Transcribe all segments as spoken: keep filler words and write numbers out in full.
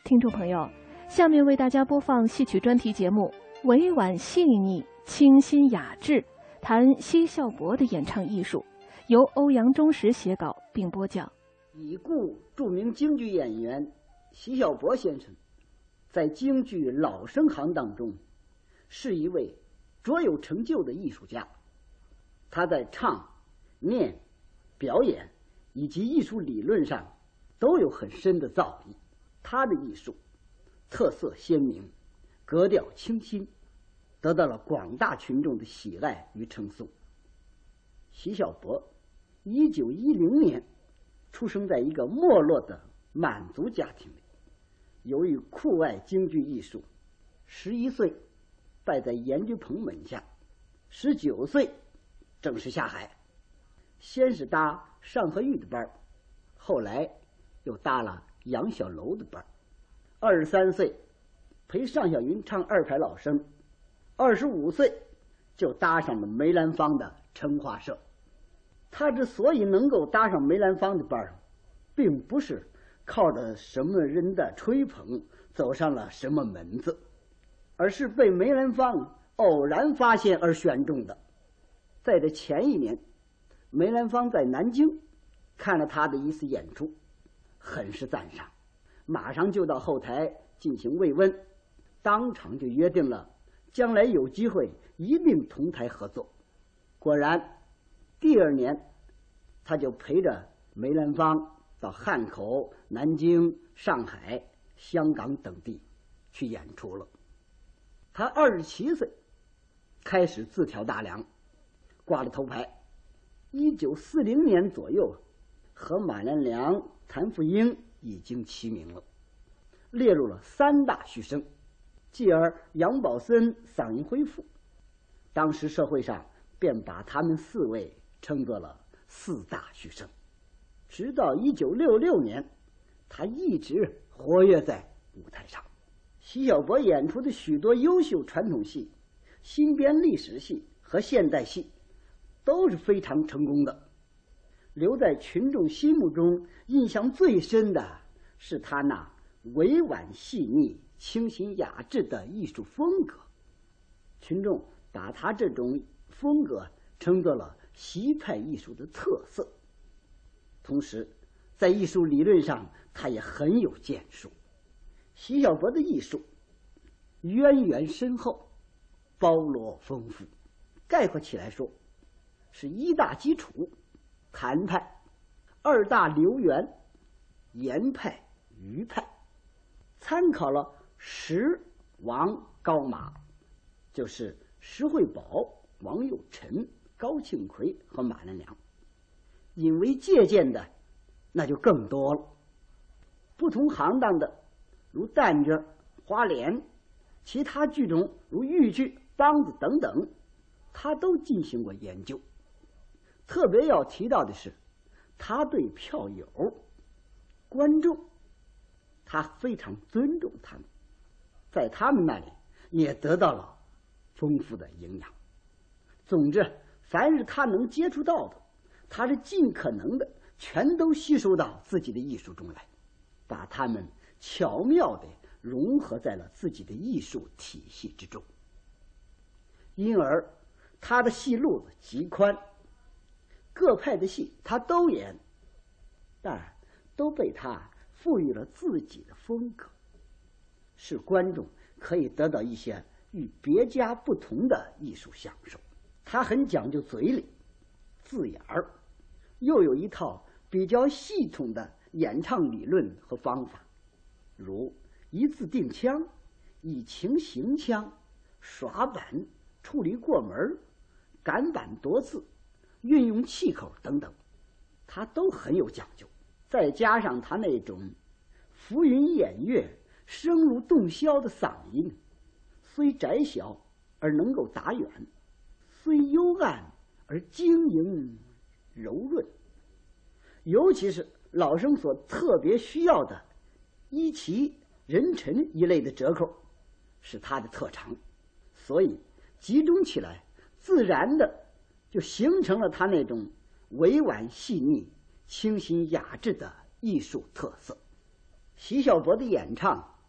听众朋友，下面为大家播放戏曲专题节目《委婉细腻，清新雅致》，谈奚孝伯的演唱艺术，由欧阳中石写稿并播讲。 已故著名京剧演员奚孝伯先生，在京剧老生行当中，是一位卓有成就的艺术家。他在唱、念、表演以及艺术理论上都有很深的造诣。他的艺术特色鲜明，格调清新，得到了广大群众的喜爱与称颂。奚孝伯一九一零年出生在一个没落的满族家庭里，由于酷爱京剧艺术，十一岁拜在严菊鹏门下，十九岁正式下海。先是搭尚和玉的班，后来又搭了杨小楼的班。二十三岁陪尚小云唱二牌老生，二十五岁就搭上了梅兰芳的成华社。他之所以能够搭上梅兰芳的班，并不是靠着什么人的吹捧走上了什么门子，而是被梅兰芳偶然发现而选中的。在这前一年，梅兰芳在南京看了他的一次演出，很是赞赏，马上就到后台进行慰问，当场就约定了将来有机会一并同台合作。果然第二年他就陪着梅兰芳到汉口、南京、上海、香港等地去演出了。他二十七岁开始自挑大梁，挂了头牌。一九四零年左右，和马连良、谭富英已经齐名了，列入了三大须生，继而杨宝森嗓音恢复，当时社会上便把他们四位称作了四大须生。直到一九六六年，他一直活跃在舞台上。奚孝伯演出的许多优秀传统戏、新编历史戏和现代戏都是非常成功的。留在群众心目中印象最深的是他那委婉细腻、清新雅致的艺术风格，群众把他这种风格称作了奚派艺术的特色。同时在艺术理论上他也很有建树。奚孝伯的艺术渊源深厚，包罗丰富，概括起来说是一大基础谭派，二大流源严派、余派，参考了石、王、高、马，就是石慧宝、王佑臣、高庆奎和马连良。因为借鉴的那就更多了，不同行当的如旦角、花脸，其他剧种如豫剧、梆子等等，他都进行过研究。特别要提到的是，他对票友、观众，他非常尊重他们，在他们那里也得到了丰富的营养。总之，凡是他能接触到的，他是尽可能的全都吸收到自己的艺术中来，把他们巧妙地融合在了自己的艺术体系之中。因而他的戏路子极宽，各派的戏他都演，但都被他赋予了自己的风格，使观众可以得到一些与别家不同的艺术享受。他很讲究嘴里字眼儿，又有一套比较系统的演唱理论和方法，如一字定腔、以情行腔、耍板、处理过门、赶板夺字、运用气口等等，他都很有讲究。再加上他那种浮云掩月、声如洞箫的嗓音，虽窄小而能够达远，虽幽暗而晶莹柔润，尤其是老生所特别需要的一奇、人臣一类的折扣，是他的特长，所以集中起来，自然的就形成了他那种委婉细腻、清新雅致的艺术特色。奚孝伯的演唱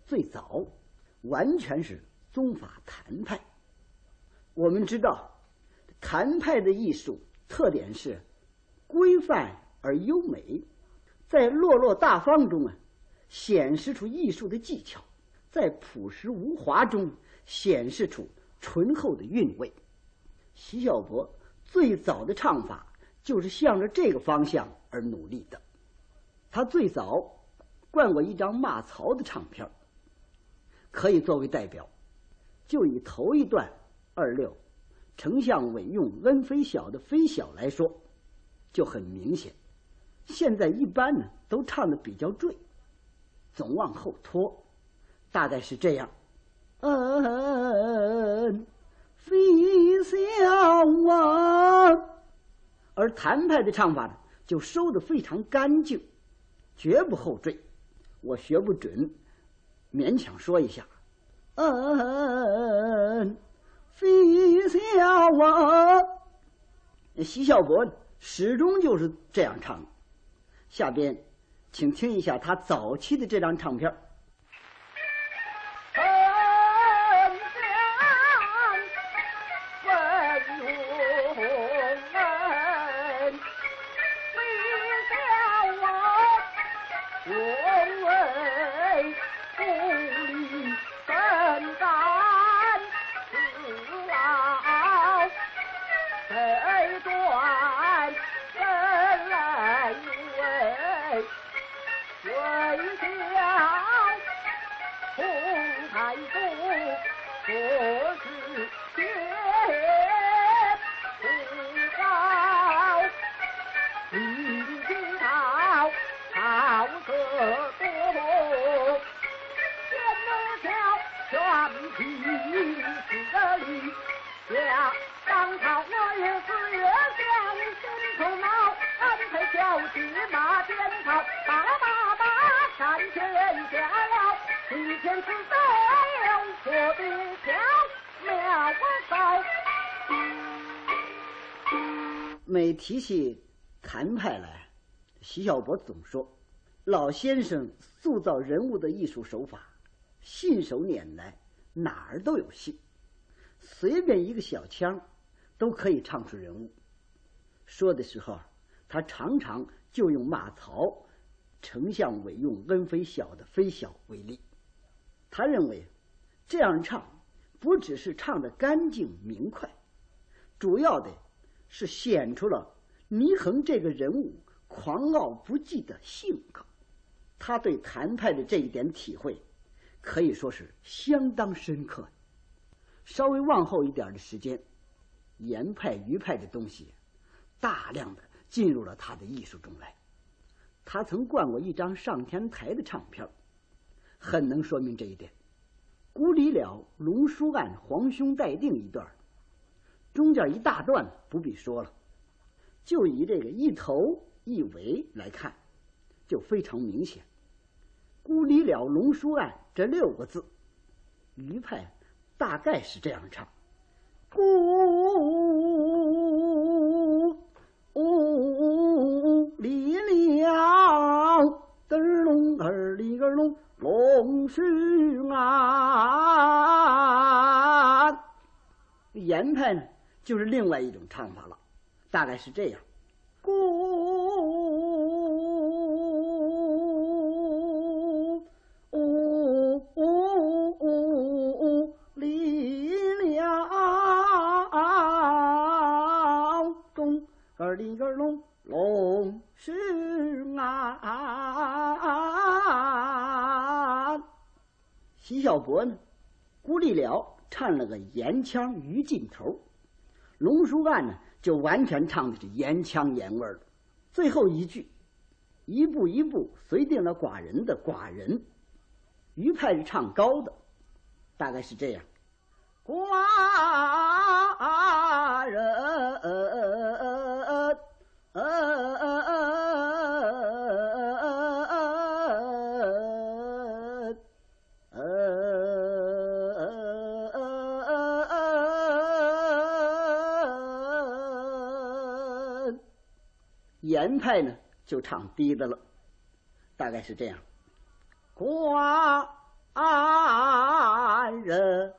最早完全是宗法谭派。我们知道谭派的艺术特点是规范而优美，在落落大方中啊显示出艺术的技巧，在朴实无华中显示出醇厚的韵味。奚孝伯最早的唱法就是向着这个方向而努力的。他最早灌过一张骂曹的唱片，可以作为代表。就以头一段二六丞相委用恩非小的非小来说，就很明显。现在一般呢都唱得比较坠，总往后拖，大概是这样：恩非小啊。而谭派的唱法呢，就收得非常干净，绝不后坠。我学不准，勉强说一下：恩非小啊。奚孝伯始终就是这样唱的。下边请听一下他早期的这张唱片。每提起谭派来，奚孝伯总说，老先生塑造人物的艺术手法信手拈来，哪儿都有戏，随便一个小腔都可以唱出人物。说的时候，他常常就用骂曹丞相委用恩非小的非小为例。他认为这样唱不只是唱得干净明快，主要的是显出了祢衡这个人物狂傲不羁的性格。他对谭派的这一点体会可以说是相当深刻。稍微往后一点的时间，严派余派的东西大量的进入了他的艺术中来。他曾灌过一张上天台的唱片，很能说明这一点。孤离了龙书案皇兄待定一段，中间一大段不必说了，就以这个一头一尾来看，就非常明显。孤离了龙书案这六个字，余派大概是这样唱：孤离了个龙儿里个龙龙书案。严派呢就是另外一种唱法了，大概是这样：孤离了中儿里个龙龙书案。奚孝伯呢，孤立了唱了个严腔余劲头，龙书案呢就完全唱的是严腔严味了。最后一句一步一步随定了寡人的寡人，余派是唱高的，大概是这样：寡人严派呢就唱低的了，大概是这样：寡人。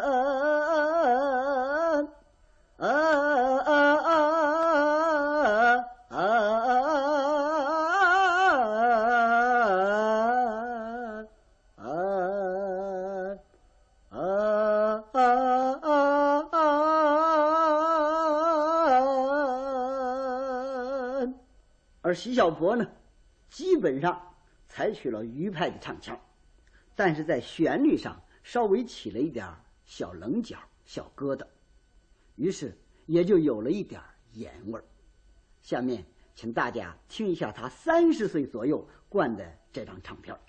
而奚小伯呢，基本上采取了余派的唱腔，但是在旋律上稍微起了一点小棱角、小疙瘩，于是也就有了一点盐味儿。下面请大家听一下他三十岁左右灌的这张唱片。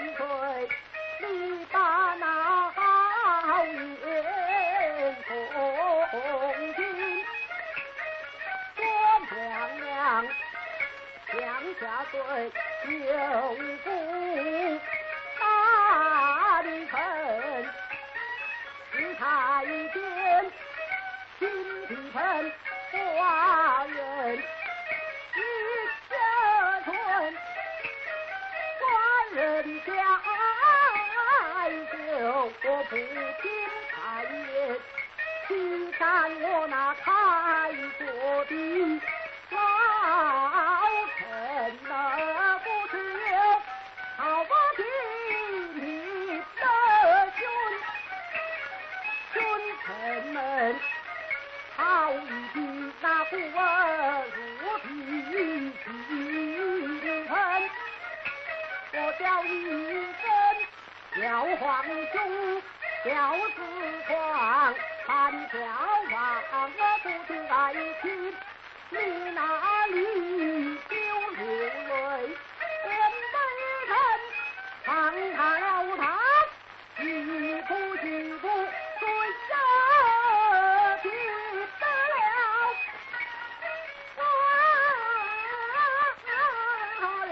你把那好言说。 下坠有股大地盆，四太监金皮盆花园一折村，官人家就我不听谗言，去看我那开国的老臣们，不只有好把平民的君君臣们，好一匹那孤儿如皮金盆，我叫一声叫皇兄，叫四皇，半条王我不听爱听。你那里就流泪，连悲恨，放他了他，一步一步追着去得了。啊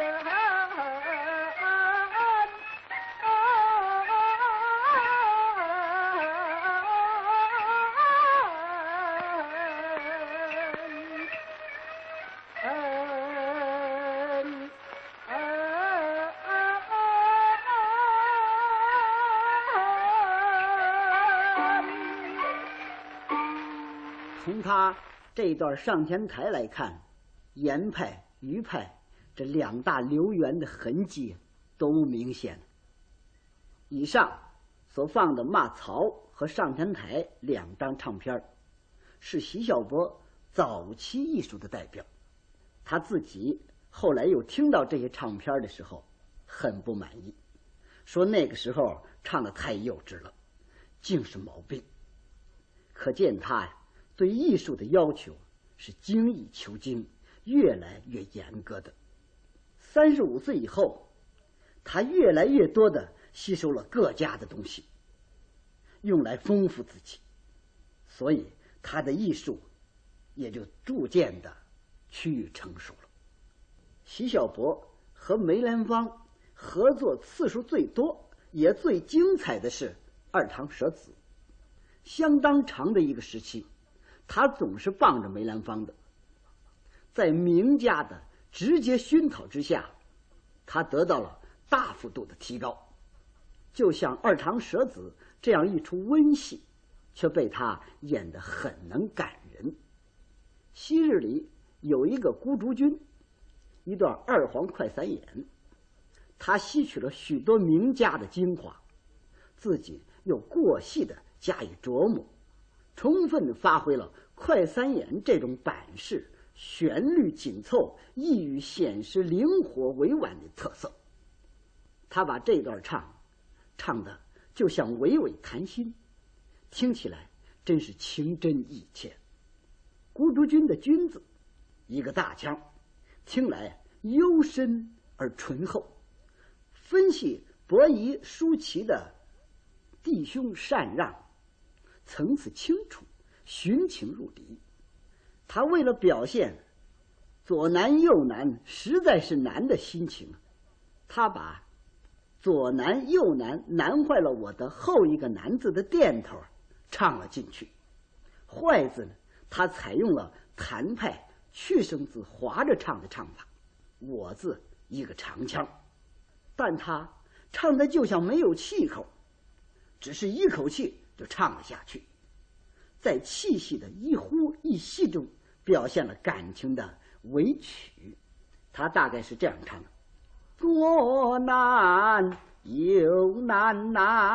从他这段上天台来看，严派、余派这两大流源的痕迹都明显。以上所放的骂曹和上天台两张唱片，是席小伯早期艺术的代表。他自己后来又听到这些唱片的时候，很不满意，说那个时候唱得太幼稚了，尽是毛病。可见他呀，对艺术的要求是精益求精，越来越严格的。三十五岁以后，他越来越多的吸收了各家的东西，用来丰富自己，所以他的艺术也就逐渐的趋于成熟了。席小伯和梅兰芳合作次数最多也最精彩的是二堂舍子，相当长的一个时期，他总是傍着梅兰芳的。在名家的直接熏陶之下，他得到了大幅度的提高。就像二堂舍子这样一出温戏，却被他演得很能感人。昔日里有一个孤竹君，一段二黄快三眼，他吸取了许多名家的精华，自己又过细的加以琢磨，充分的发挥了快三眼这种板式、旋律紧凑、意欲显示灵活委婉的特色。他把这段唱唱的就像娓娓谈心，听起来真是情真意切。孤竹君的君字，一个大腔，听来幽深而醇厚，分析伯夷叔齐的弟兄禅让，层次清楚，寻情入理。他为了表现左难右难实在是难的心情，他把左难右难难坏了我的后一个难字的垫头唱了进去。坏字呢，他采用了谭派去声字划着唱的唱法，我字一个长腔，但他唱的就像没有气口，只是一口气就唱了下去，在气息的一呼一吸中表现了感情的委屈。他大概是这样唱的：左难右难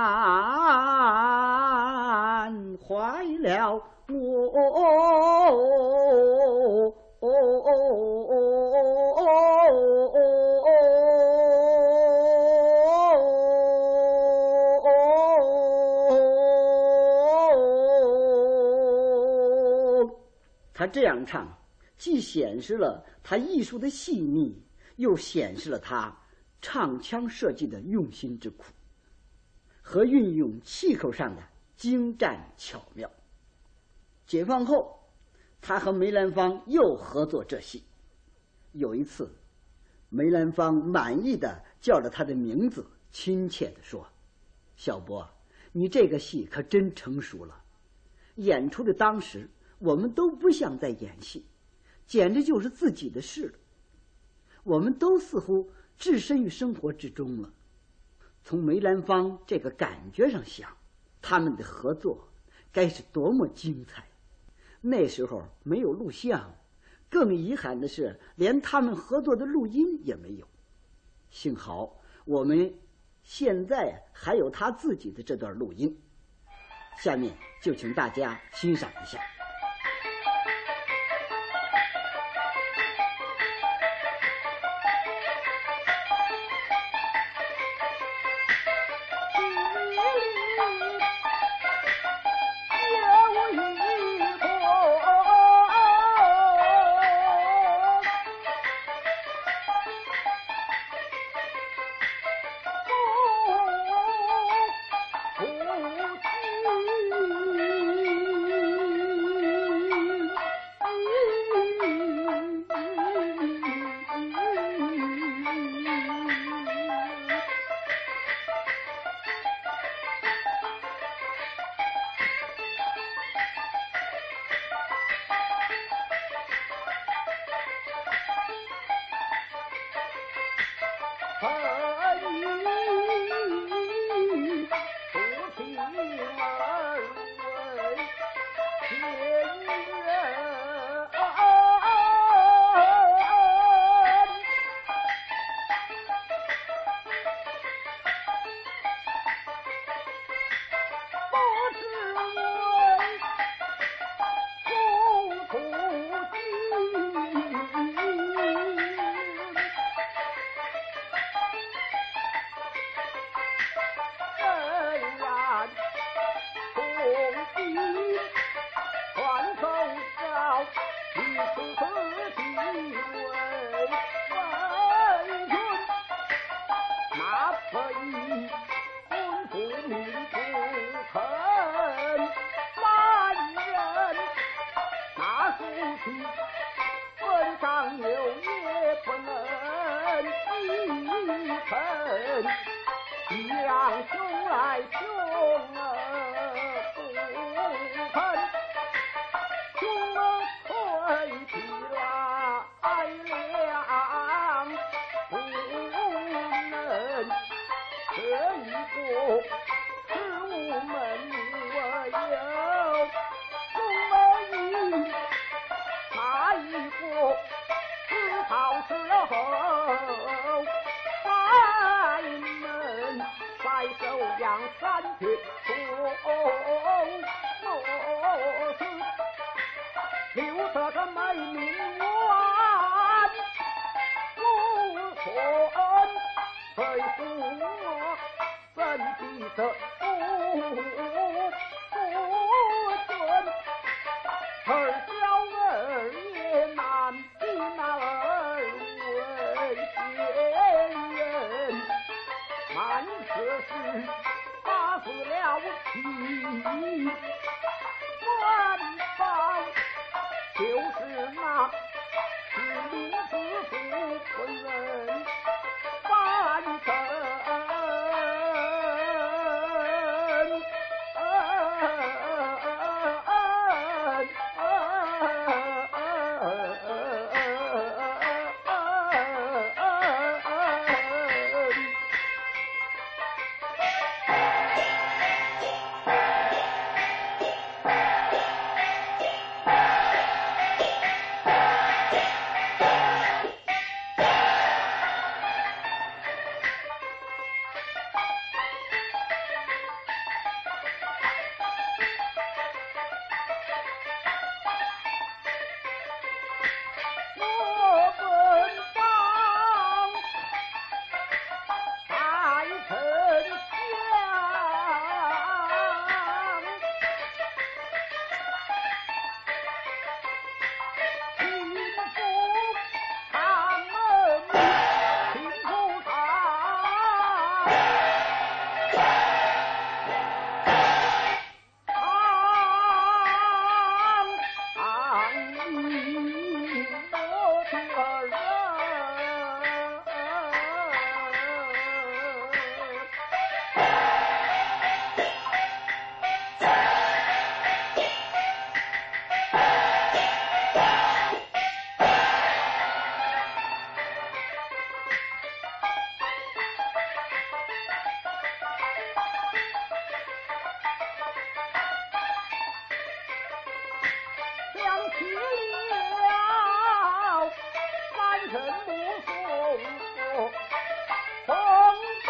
难坏了我，他这样唱，既显示了他艺术的细腻，又显示了他唱腔设计的用心之苦和运用气口上的精湛巧妙。解放后，他和梅兰芳又合作这戏。有一次， 梅兰芳满意的叫着他的名字，亲切地说：“小波，你这个戏可真成熟了。演出的当时，我们都不像在演戏，简直就是自己的事了。我们都似乎置身于生活之中了。从梅兰芳这个感觉上想，他们的合作该是多么精彩。那时候没有录像，更遗憾的是连他们合作的录音也没有。幸好我们现在还有他自己的这段录音，下面就请大家欣赏一下。 臣目送父同奔。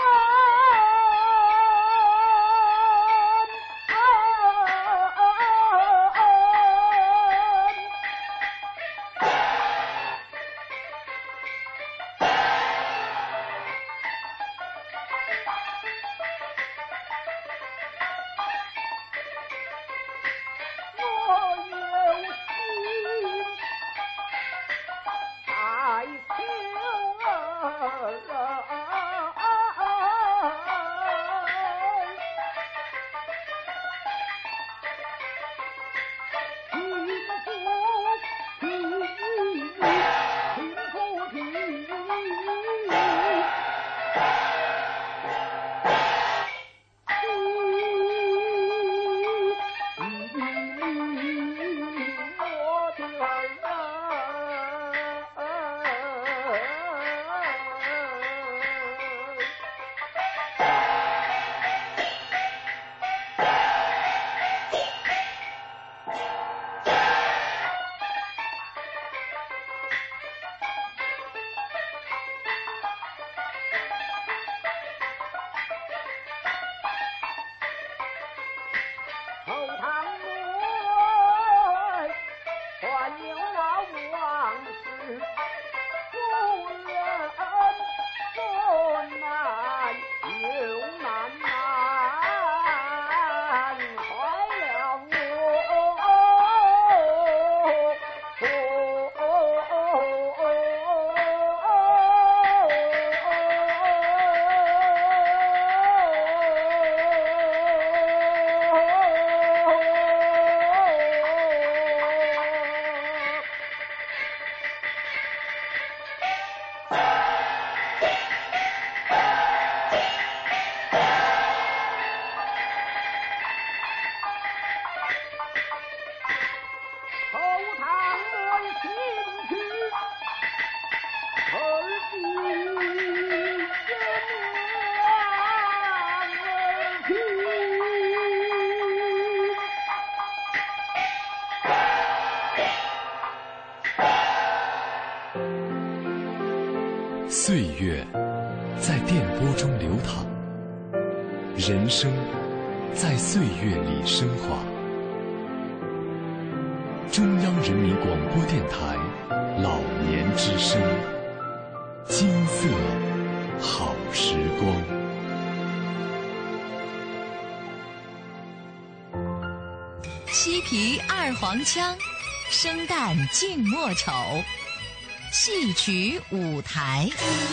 岁月在电波中流淌，人生在岁月里升华。中央人民广播电台老年之声，金色好时光。 西皮二黄腔，生旦净末丑，戏曲舞台。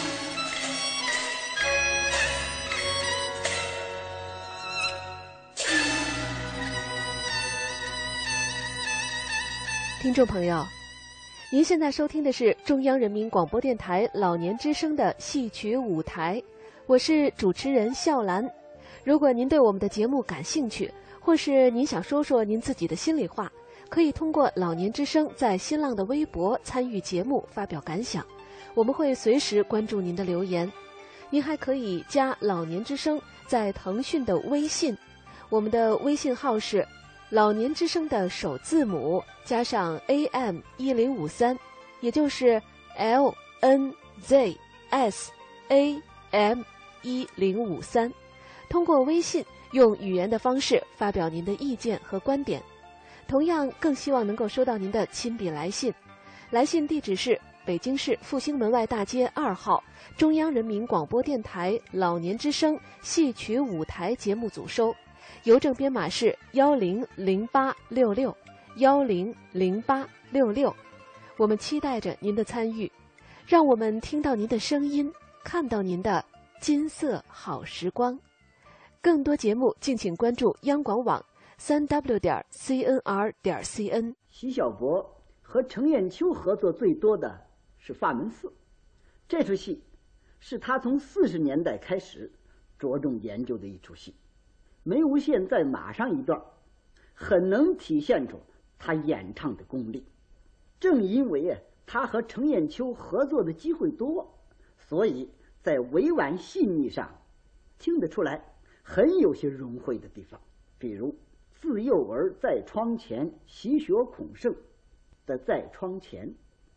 听众朋友，您现在收听的是中央人民广播电台老年之声的戏曲舞台，我是主持人笑兰。如果您对我们的节目感兴趣，或是您想说说您自己的心里话，可以通过老年之声在新浪的微博参与节目发表感想，我们会随时关注您的留言。您还可以加老年之声在腾讯的微信，我们的微信号是老年之声的首字母加上 A M 一零五三，也就是 L N Z S A M 一零五三。通过微信用语言的方式发表您的意见和观点。同样更希望能够收到您的亲笔来信，来信地址是北京市复兴门外大街二号中央人民广播电台老年之声戏曲舞台节目组收，邮政编码是幺零零八六六幺零零八六六。我们期待着您的参与，让我们听到您的声音，看到您的金色好时光。更多节目敬请关注央广网三 w 点 c n r 点 c n。 奚小伯和程砚秋合作最多的是《法门寺》，这出戏是他从四十年代开始着重研究的一出戏。梅无限在马上一段，很能体现出他演唱的功力。正因为啊，他和程砚秋合作的机会多，所以在委婉细腻上听得出来很有些融汇的地方。比如自幼儿在窗前习学孔圣的在窗前，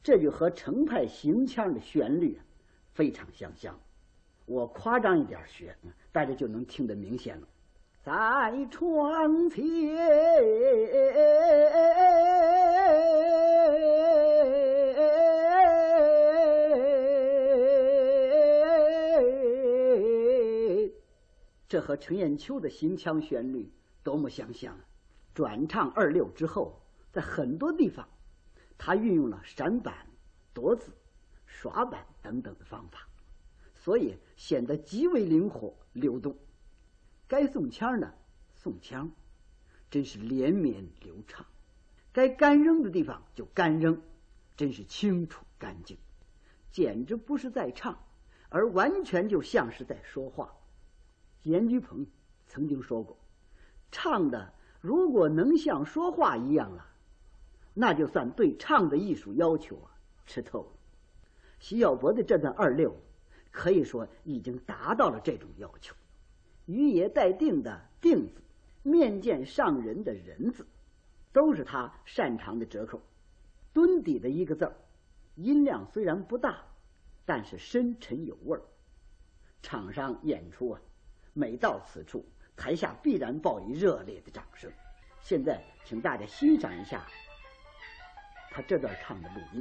这就和程派行腔的旋律非常相像。我夸张一点学，大家就能听得明显了。在窗前这和陈砚秋的行腔旋律多么相像啊！转唱二六之后，在很多地方，他运用了闪板、夺子、耍板等等的方法，所以显得极为灵活流动。该送腔的送腔，真是连绵流畅；该干扔的地方就干扔，真是清楚干净，简直不是在唱，而完全就像是在说话。严居鹏曾经说过，唱的如果能像说话一样了，那就算对唱的艺术要求啊吃透了。徐小柏的这段二六可以说已经达到了这种要求。余爷待定的定字，面见上人的人字，都是他擅长的折扣。蹲底的一个字儿，音量虽然不大，但是深沉有味儿。场上演出啊，每到此处，台下必然报以热烈的掌声。现在请大家欣赏一下他这段唱的录音。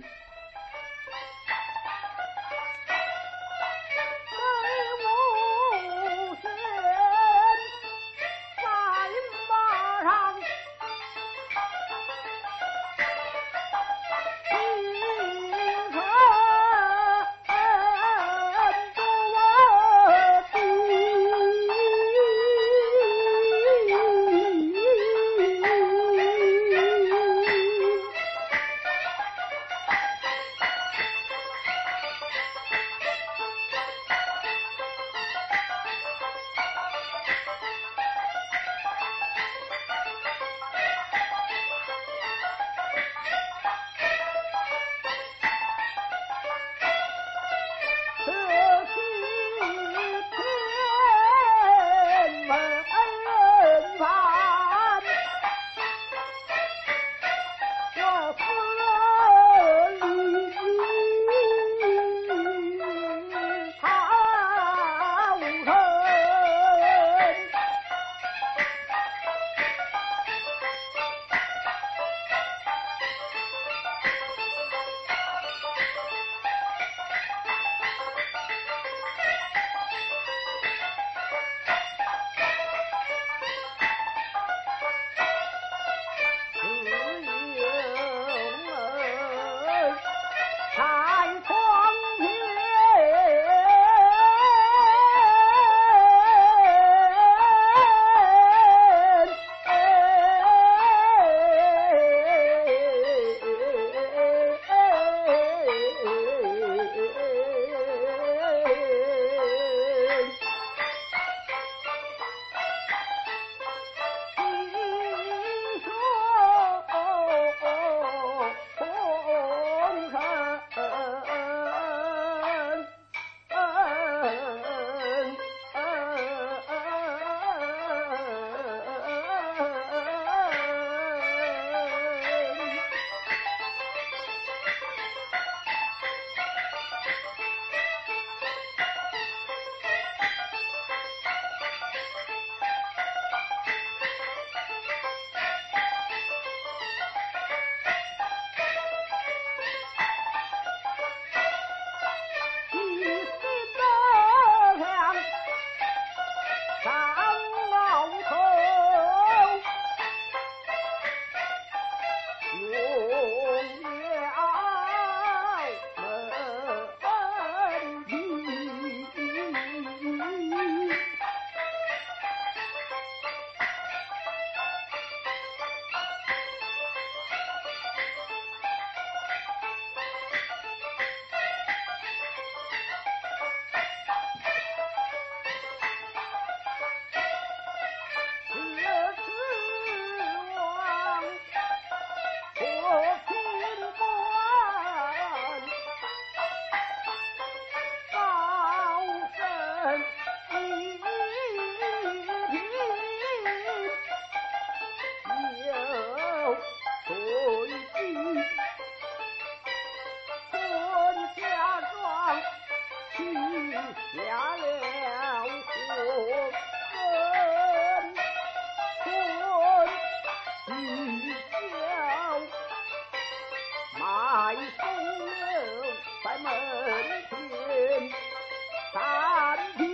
风流在门前，三匹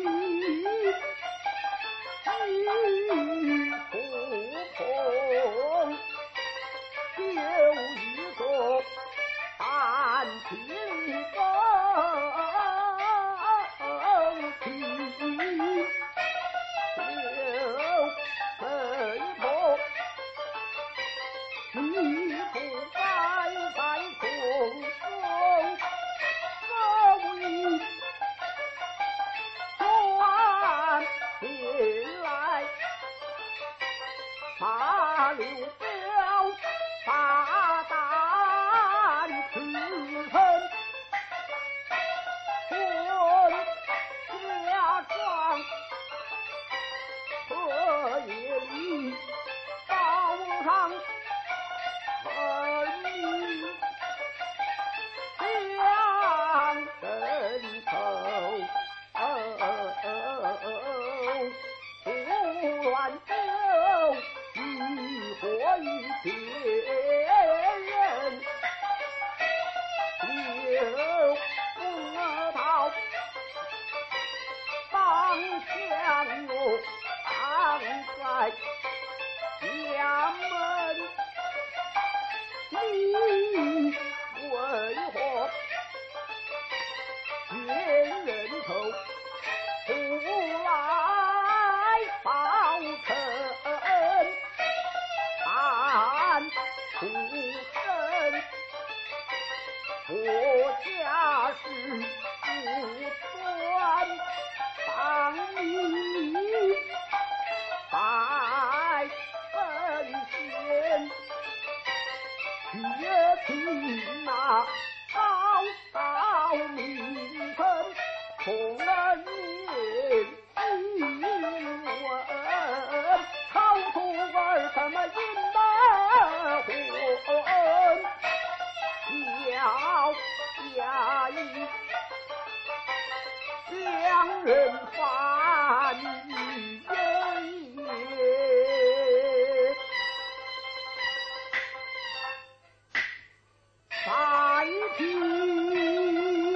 玉蒲蓬，就一个半匹风皮。你不该在风中风雨转进来，马六彪把胆去恨，混家庄荷叶里包上儿女两人头，不乱丢与祸于别人，留不到当相我当在衙门，你为何见人头不来报臣？看出身，我家事不断，当你在本县也听那高高名声，从人面听闻，曹徒儿怎么引得混？叫衙役将人犯也。白皮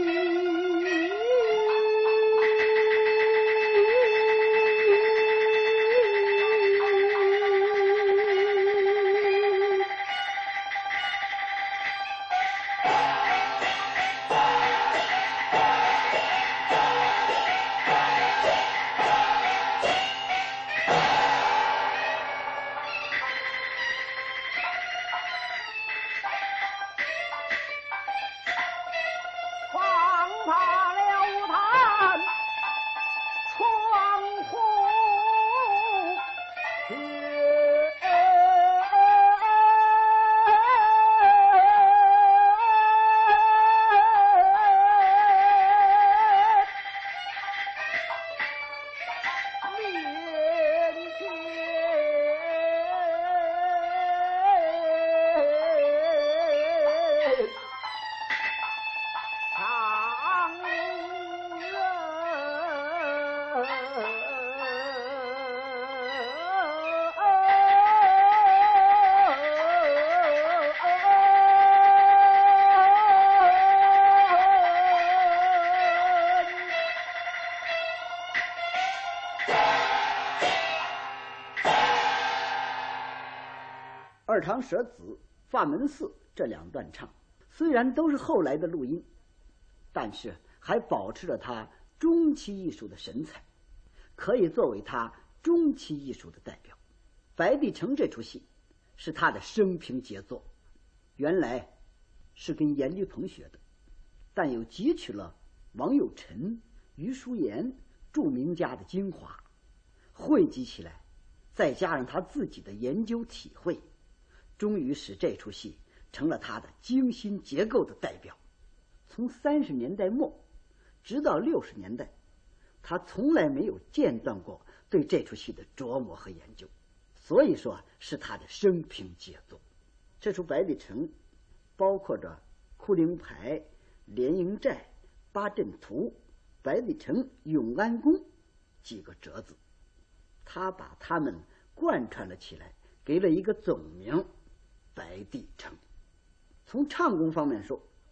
二堂舍子、法门寺这两段唱，虽然都是后来的录音，但是还保持着他中期艺术的神采，可以作为他中期艺术的代表。白帝城这出戏是他的生平杰作，原来是跟阎立鹏学的，但又汲取了王有臣、余叔岩著名家的精华，汇集起来，再加上他自己的研究体会，终于使这出戏成了他的精心结构的代表。从三十年代末直到六十年代，他从来没有间断过对这出戏的琢磨和研究，所以说是他的生平杰作。这出《白帝城》包括着哭灵牌、连营寨、八阵图、白帝城、永安宫几个折子，他把它们贯穿了起来，给了一个总名白帝城。从唱功方面说，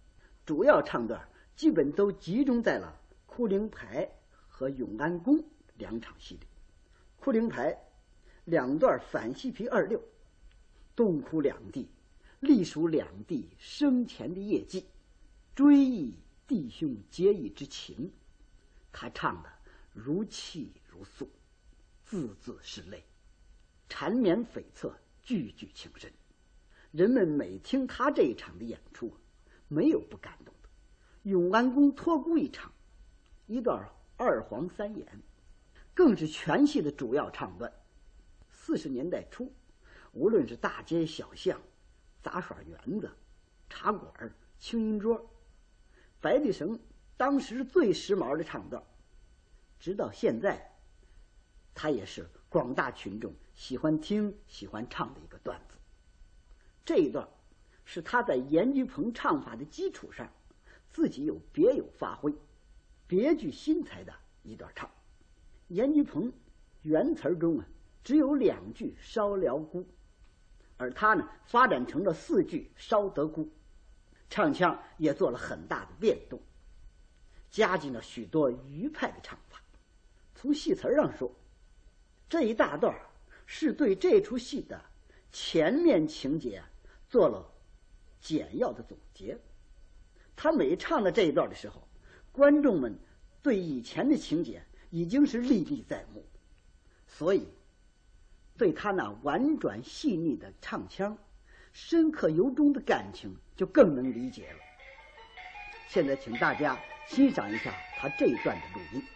主要唱段基本都集中在了哭灵牌和永安宫两场戏里。哭灵牌两段反西皮二六，洞窟两地隶属两地生前的业绩，追忆弟兄结义之情，他唱的如泣如诉，字字是泪，缠绵悱恻，句句情深。人们每听他这一场的演出，没有不感动的。永安宫托孤一场，一段二黄三演，更是全戏的主要唱段。四十年代初，无论是大街小巷、杂耍园子、茶馆、青云桌，白帝城当时最时髦的唱段，直到现在，它也是广大群众喜欢听、喜欢唱的一个段子。这一段是他在严菊鹏唱法的基础上，自己有别有发挥、别具新才的一段唱。严菊鹏原词中啊只有两句烧辽姑，而他呢发展成了四句烧德姑，唱腔也做了很大的变动，加进了许多余派的唱法。从戏词上说，这一大段是对这出戏的前面情节做了简要的总结。他每唱的这一段的时候，观众们对以前的情节已经是历历在目，所以对他那婉转细腻的唱腔、深刻由衷的感情就更能理解了。现在请大家欣赏一下他这一段的录音。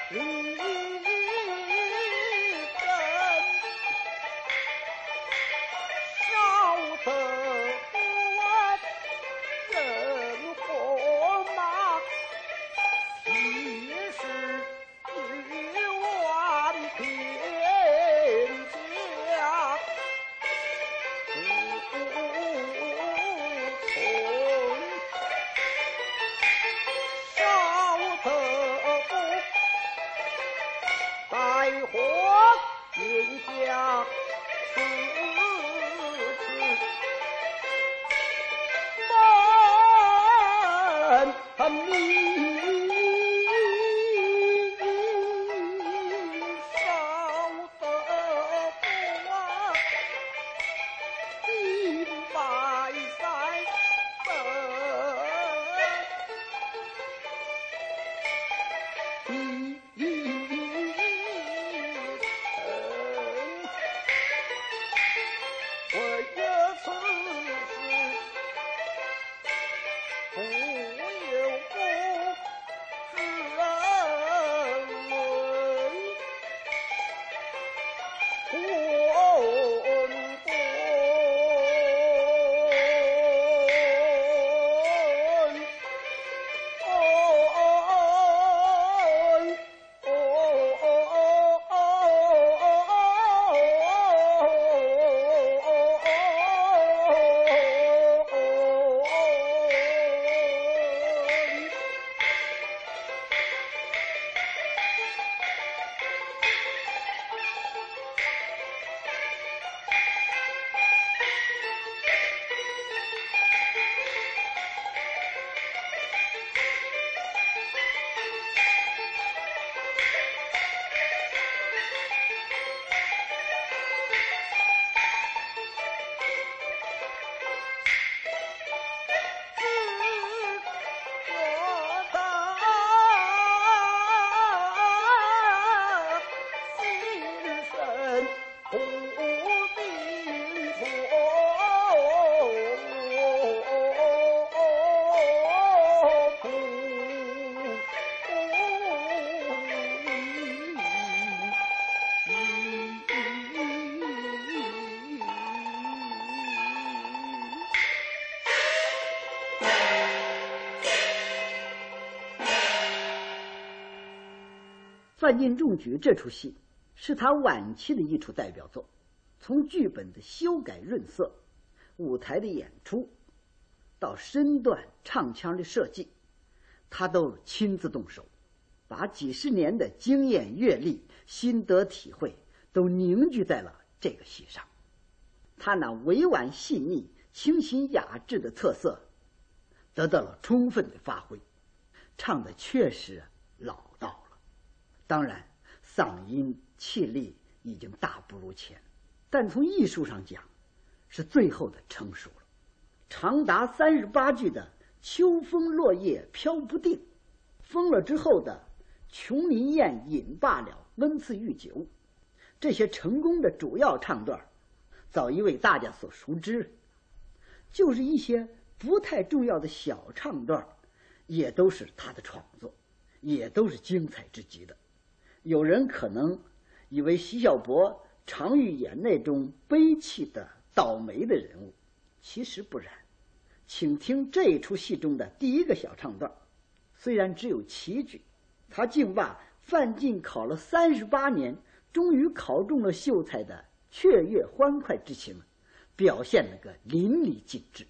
范进中举这出戏是他晚期的一出代表作，从剧本的修改润色、舞台的演出到身段唱腔的设计，他都亲自动手，把几十年的经验阅历、心得体会都凝聚在了这个戏上。他那委婉细腻、清新雅致的特色得到了充分的发挥，唱的确实老道了。当然嗓音气力已经大不如前，但从艺术上讲是最后的成熟了。长达三十八句的秋风落叶飘不定，疯了之后的琼林宴饮罢了，温赐御酒，这些成功的主要唱段早已为大家所熟知，就是一些不太重要的小唱段也都是他的创作，也都是精彩之极的。有人可能以为奚孝伯常欲演那种悲戚的倒霉的人物，其实不然。请听这一出戏中的第一个小唱段，虽然只有七句，他竟把范进考了三十八年终于考中了秀才的雀跃欢快之情表现了个淋漓尽致。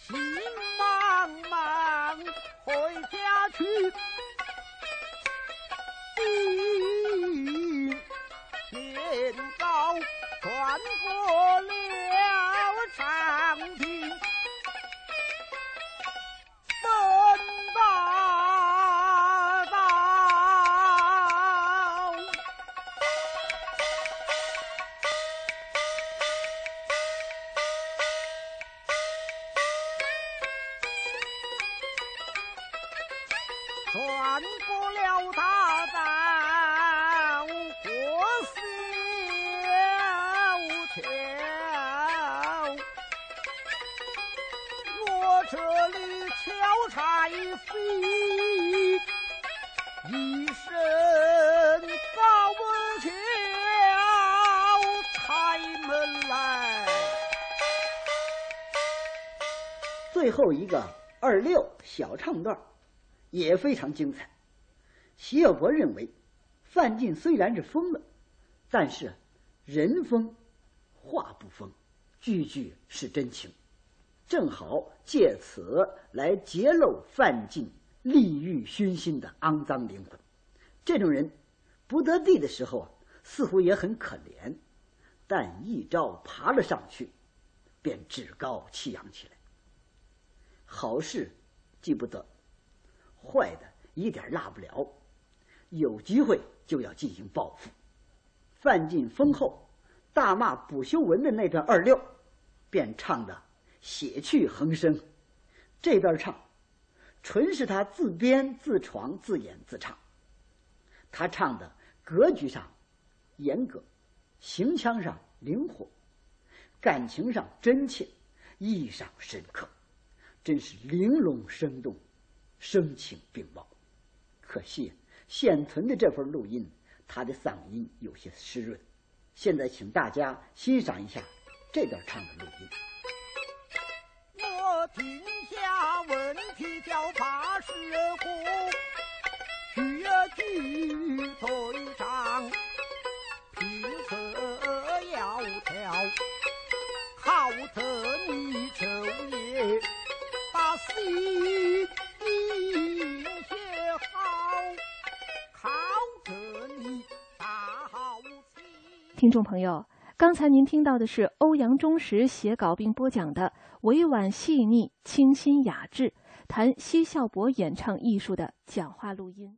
心茫茫回家去，天高穿过了长亭，奔大道。穿过了大道过小桥，我这里敲柴飞，一声高门敲开门来。 最后一个二六小唱段也非常精彩。徐小波认为，范进虽然是疯了，但是人疯话不疯，句句是真情，正好借此来揭露范进利欲熏心的肮脏灵魂。这种人不得地的时候啊，似乎也很可怜，但一朝爬了上去，便趾高气扬起来。好事记不得，坏的一点落不了，有机会就要进行报复。范进封后大骂卜修文的那段二六，便唱得血气横生。这段唱纯是他自编自创自演自唱，他唱的格局上严格，行腔上灵活，感情上真切，意义上深刻，真是玲珑生动，声情并茂。可惜现存的这份录音，他的嗓音有些湿润。现在请大家欣赏一下这段唱的录音。 我听下问题叫怕是苦，越剧退场，平色窈窕，好得你昼夜把心写好，好得你大好情。 听众朋友，刚才您听到的是欧阳中石写稿并播讲的委婉细腻、清新雅致谈奚孝伯演唱艺术的讲话录音。